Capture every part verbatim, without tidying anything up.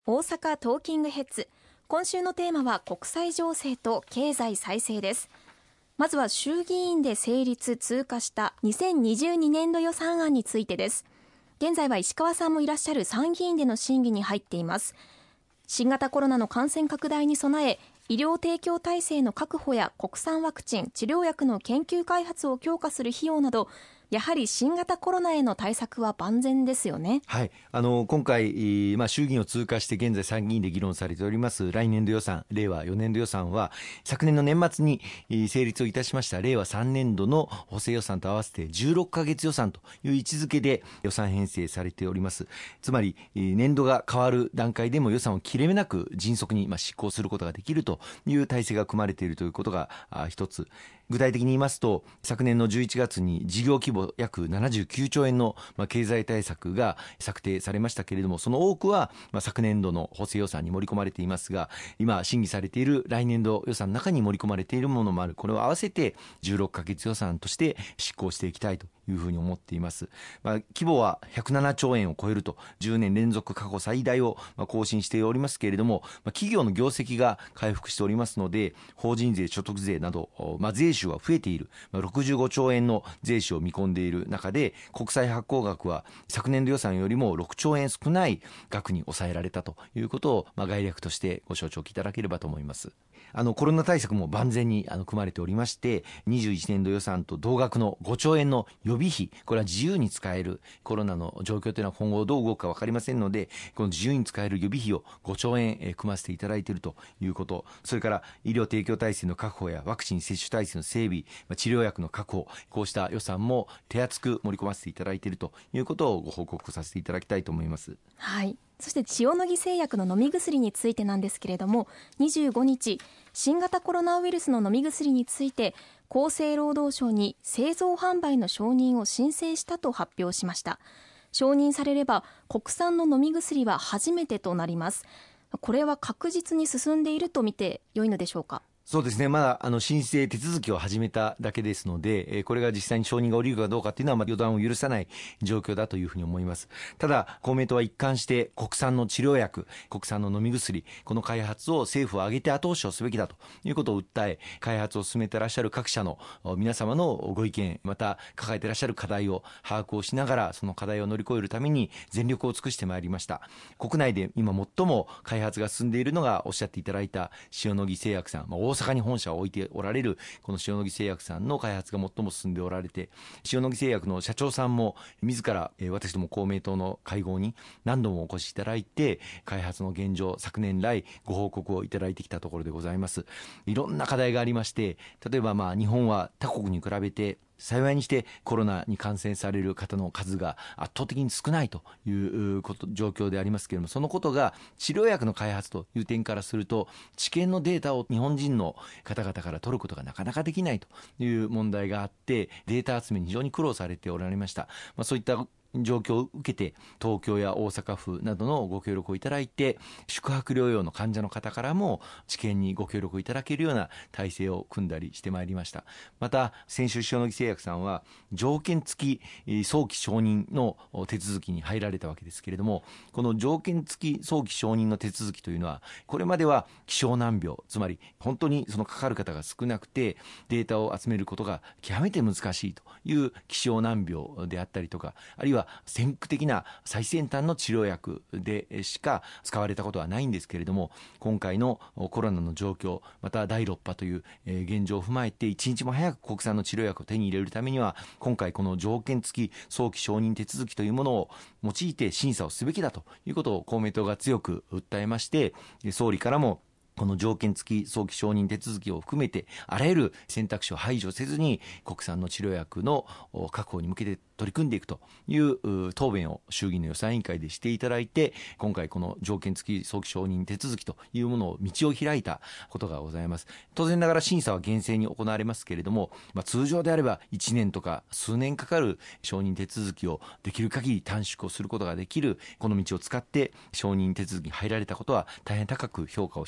大阪トーキングヘッズ、今週のテーマは国際情勢と経済再生です。まずは衆議院で成立通過したにせんにじゅうにねんど予算案についてです。現在は石川さんもいらっしゃる参議院での審議に入っています。新型コロナの感染拡大に備え、医療提供体制の確保や国産ワクチン、治療薬の研究開発を強化する費用など、やはり新型コロナへの対策は万全ですよね。 はい、あの今回、まあ、衆議院を通過して現在参議院で議論されております来年度予算、令和よねんど予算は昨年の年末に成立をいたしました令和さんねんどの補正予算と合わせてじゅうろっかげつ予算という位置づけで予算編成されております。つまり年度が変わる段階でも予算を切れ目なく迅速に執行することができるという体制が組まれているということが一つ。具体的に言いますと、昨年のじゅういちがつに事業規模約ななじゅうきゅうちょうえんの経済対策が策定されましたけれども、その多くは昨年度の補正予算に盛り込まれていますが、今審議されている来年度予算の中に盛り込まれているものもある。これを合わせてじゅうろっかげつ予算として執行していきたいというふうに思っています。まあ、規模はひゃくななちょうえんを超えるとじゅうねん連続過去最大を更新しておりますけれども、企業の業績が回復しておりますので、法人税、所得税など、まあ、税収は増えている、ろくじゅうごちょうえんの税収を見込んでいる中で、国債発行額は昨年度予算よりもろくちょうえん少ない額に抑えられたということを、まあ、概略としてご承知いただければと思います。あのコロナ対策も万全にあの組まれておりまして、にじゅういちねんど予算と同額のごちょうえんの予備費、これは自由に使える、コロナの状況というのは今後どう動くか分かりませんので、この自由に使える予備費をごちょうえん、えー、組ませていただいているということ、それから医療提供体制の確保やワクチン接種体制の整備、治療薬の確保、こうした予算も手厚く盛り込ませていただいているということをご報告させていただきたいと思います。 はい。そして塩野義製薬の飲み薬についてなんですけれども、にじゅうごにち、新型コロナウイルスの飲み薬について厚生労働省に製造販売の承認を申請したと発表しました。承認されれば国産の飲み薬は初めてとなります。これは確実に進んでいると見て良いのでしょうか。 そうですね、まだあの申請手続きを始めただけですので、えー、これが実際に承認が下りるかどうかというのは、まあ、予断を許さない状況だというふうに思います。ただ公明党は一貫して国産の治療薬、国産の飲み薬、この開発を政府を挙げて後押しをすべきだということを訴え、開発を進めていらっしゃる各社の皆様のご意見、また抱えていらっしゃる課題を把握をしながら、その課題を乗り越えるために全力を尽くしてまいりました。国内で今最も開発が進んでいるのがおっしゃっていただいた塩野義製薬さん、まあ、大阪に本社を置いておられるこの塩野義製薬さんの開発が最も進んでおられて、塩野義製薬の社長さんも自ら、えー、私ども公明党の会合に何度もお越しいただいて、開発の現状、昨年来ご報告をいただいてきたところでございます。いろんな課題がありまして、例えばまあ日本は他国に比べて幸いにしてコロナに感染される方の数が圧倒的に少ないということ状況でありますけれども、そのことが治療薬の開発という点からすると、治験のデータを日本人の方々から取ることがなかなかできないという問題があって、データ集めに非常に苦労されておられました。まあ、そういった状況を受けて東京や大阪府などのご協力をいただいて、宿泊療養の患者の方からも治験にご協力をいただけるような体制を組んだりしてまいりました。また先週塩野義製薬さんは条件付き早期承認の手続きに入られたわけですけれども、この条件付き早期承認の手続きというのは、これまでは希少難病、つまり本当にそのかかる方が少なくてデータを集めることが極めて難しいという希少難病であったりとか、あるいは先駆的な最先端の治療薬でしか使われたことはないんですけれども、今回のコロナの状況、まただいろく波という現状を踏まえて一日も早く国産の治療薬を手に入れるためには、今回この条件付き早期承認手続きというものを用いて審査をすべきだということを公明党が強く訴えまして、総理からもこの条件付き早期承認手続きを含めてあらゆる選択肢を排除せずに国産の治療薬の確保に向けて取り組んでいくという答弁を衆議院の予算委員会でしていただいて、今回この条件付き早期承認手続きというものを道を開いたことがございます。当然ながら審査は厳正に行われますけれども、まあ、通常であればいちねんとか数年かかる承認手続きをできる限り短縮をすることができるこの道を使って承認手続きに入られたことは大変高く評価をしたいと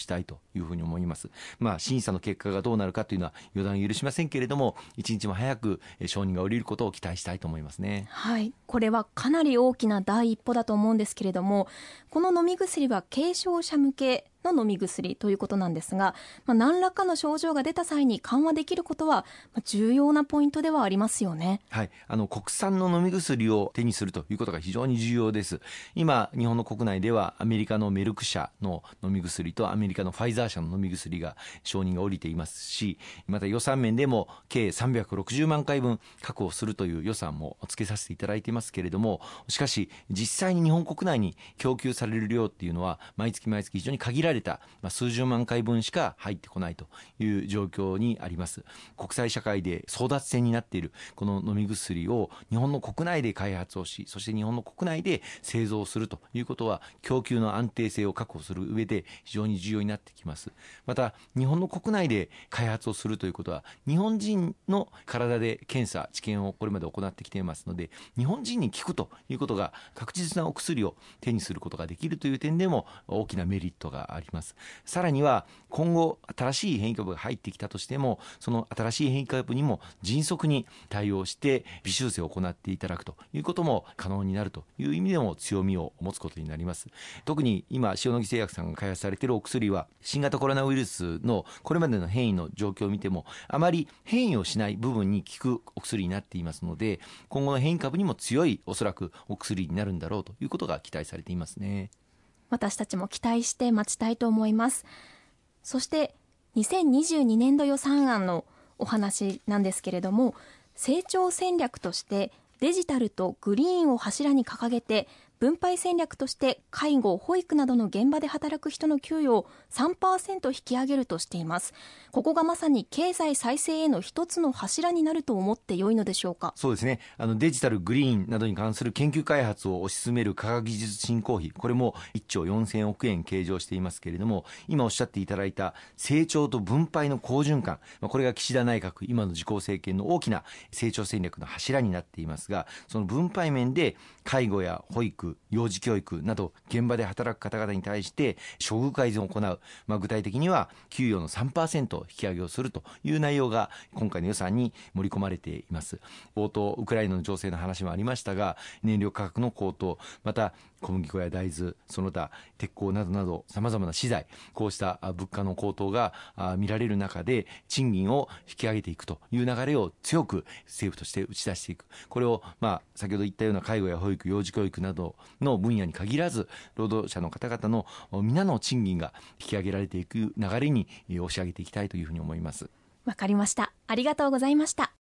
いうふうに思います。まあ、審査の結果がどうなるかというのは予断を許しませんけれども、一日も早く承認が下りることを期待したいと思いますね。 はい、これはかなり大きな第一歩だと思うんですけれども、この飲み薬は軽症者向けの飲み薬ということなんですが、まあ、何らかの症状が出た際に緩和できることは重要なポイントではありますよね。 はい、あの国産の飲み薬を手にするということが非常に重要です。今日本の国内ではアメリカのメルク社の飲み薬とアメリカのファイザー社の飲み薬が承認が下りていますし、また予算面でも計さんびゃくろくじゅうまんかいぶん確保するという予算もつけさせていただいていますけれども、しかし実際に日本国内に供給される量っていうのは毎月毎月非常に限られた、まあ、数十万回分しか入ってこないという状況にあります。国際社会で争奪戦になっているこの飲み薬を日本の国内で開発をし、そして日本の国内で製造するということは供給の安定性を確保する上で非常に重要になってきます。また日本の国内で開発をするということは日本人の体で検査治験をこれまで行ってきていますので、日本人に効くということが確実なお薬を手にすることができるという点でも大きなメリットがあります。さらには今後新しい変異株が入ってきたとしても、その新しい変異株にも迅速に対応して微修正を行っていただくということも可能になるという意味でも強みを持つことになります。特に今塩野義製薬さんが開発されているお薬は新型コロナウイルスのこれまでの変異の状況を見てもあまり変異をしない部分に効くお薬になっていますので、今後の変異株にも強いおそらくお薬になるんだろうということが期待されていますね。 私たちも期待して待ちたいと思います。そしてにせんにじゅうにねんど予算案のお話なんですけれども、成長戦略としてデジタルとグリーンを柱に掲げて、分配戦略として介護・保育などの現場で働く人の給与を さんパーセント 引き上げるとしています。ここがまさに経済再生への一つの柱になると思って良いのでしょうか。 そうですね、あのデジタルグリーンなどに関する研究開発を推し進める科学技術振興費、これもいっちょうよんせんおくえん計上していますけれども、今おっしゃっていただいた成長と分配の好循環、これが岸田内閣今の自公政権の大きな成長戦略の柱になっていますが、その分配面で介護や保育、幼児教育など現場で働く方々に対して処遇改善を行う、まあ、具体的には給与の さんパーセント 引き上げをするという内容が今回の予算に盛り込まれています。冒頭ウクライナの情勢の話もありましたが、燃料価格の高騰、また小麦粉や大豆、その他鉄鋼などなどさまざまな資材、こうした物価の高騰が見られる中で賃金を引き上げていくという流れを強く政府として打ち出していく。これをまあ先ほど言ったような介護や保育、幼児教育などの分野に限らず、労働者の方々の皆の賃金が引き上げられていく流れに押し上げていきたいというふうに思います。 わかりました。ありがとうございました。